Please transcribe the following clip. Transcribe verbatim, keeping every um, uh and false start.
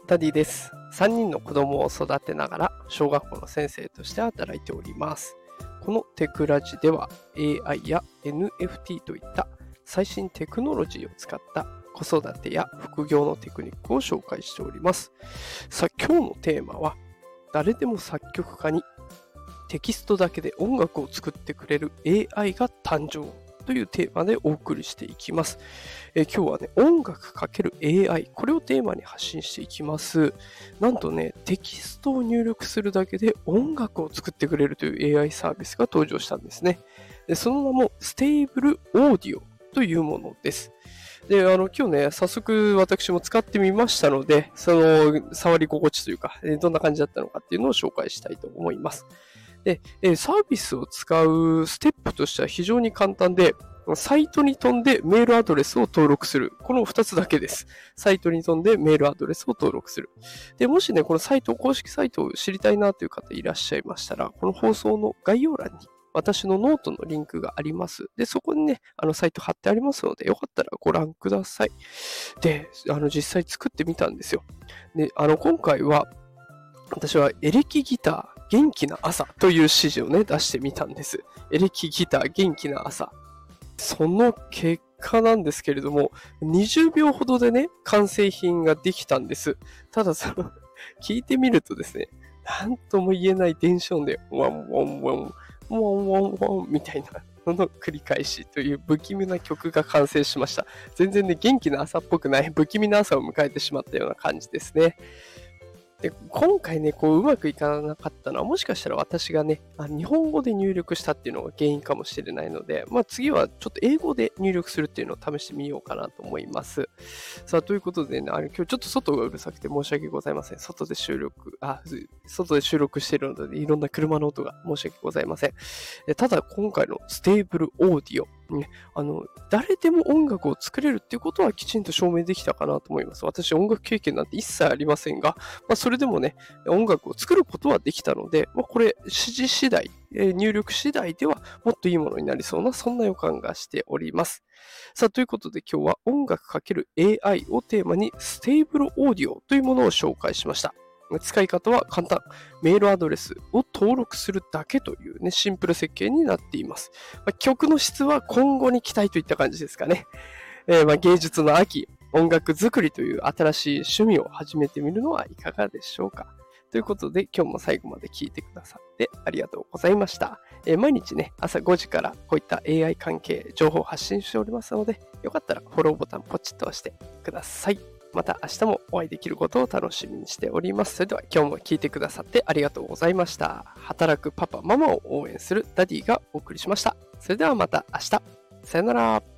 ダディです。さんにんの子供を育てながら小学校の先生として働いております。このテクラジでは エーアイ や エヌエフティー といった最新テクノロジーを使った子育てや副業のテクニックを紹介しております。さあ、今日のテーマは誰でも作曲家にテキストだけで音楽を作ってくれる エーアイ が誕生というテーマでお送りしていきます。え今日はね、音楽×エーアイ、これをテーマに発信していきます。なんとね、テキストを入力するだけで音楽を作ってくれるという エーアイ サービスが登場したんですね。でその名もステーブルオーディオというものです。で、あの、今日ね、早速私も使ってみましたので、その触り心地というか、どんな感じだったのかっていうのを紹介したいと思います。で、サービスを使うステップとしては非常に簡単で、サイトに飛んでメールアドレスを登録する。このふたつだけです。サイトに飛んでメールアドレスを登録する。で、もしね、このサイト、公式サイトを知りたいなという方いらっしゃいましたら、この放送の概要欄に私のノートのリンクがあります。で、そこにね、あのサイト貼ってありますので、よかったらご覧ください。で、あの実際作ってみたんですよ。で、あの今回は、私はエレキギター元気な朝という指示をね出してみたんです。エレキギター元気な朝。その結果なんですけれども、にじゅうびょうほどでね、完成品ができたんです。ただその、聞いてみるとですね、なんとも言えない電子音で、ワンワンワン、ワンワンワンみたいなのの繰り返しという不気味な曲が完成しました。全然ね、元気な朝っぽくない不気味な朝を迎えてしまったような感じですね。で今回ね、こううまくいかなかったのは、もしかしたら私がね、あ日本語で入力したっていうのが原因かもしれないので、まあ、次はちょっと英語で入力するっていうのを試してみようかなと思います。さあ、ということでね、あれ今日ちょっと外がうるさくて申し訳ございません。外で収録、あ、外で収録しているので、いろんな車の音が申し訳ございません。ただ、今回のステーブルオーディオ、ね、あの誰でも音楽を作れるっていうことはきちんと証明できたかなと思います。私、音楽経験なんて一切ありませんが、まあ、それでもね、音楽を作ることはできたので、まあ、これ、指示次第、入力次第ではもっといいものになりそうな、そんな予感がしております。さあ、ということで今日は音楽×エーアイ をテーマに、ステーブルオーディオというものを紹介しました。使い方は簡単。メールアドレスを登録するだけというね、シンプル設計になっています。まあ、曲の質は今後に期待といった感じですかね。えー、まあ芸術の秋、音楽作りという新しい趣味を始めてみるのはいかがでしょうか。ということで、今日も最後まで聞いてくださってありがとうございました。えー、毎日ね、朝ごじからこういった エーアイ 関係情報を発信しておりますので、よかったらフォローボタンポチッと押してください。また明日もお会いできることを楽しみにしております。それでは今日も聞いてくださってありがとうございました。働くパパママを応援するダディがお送りしました。それではまた明日。さよなら。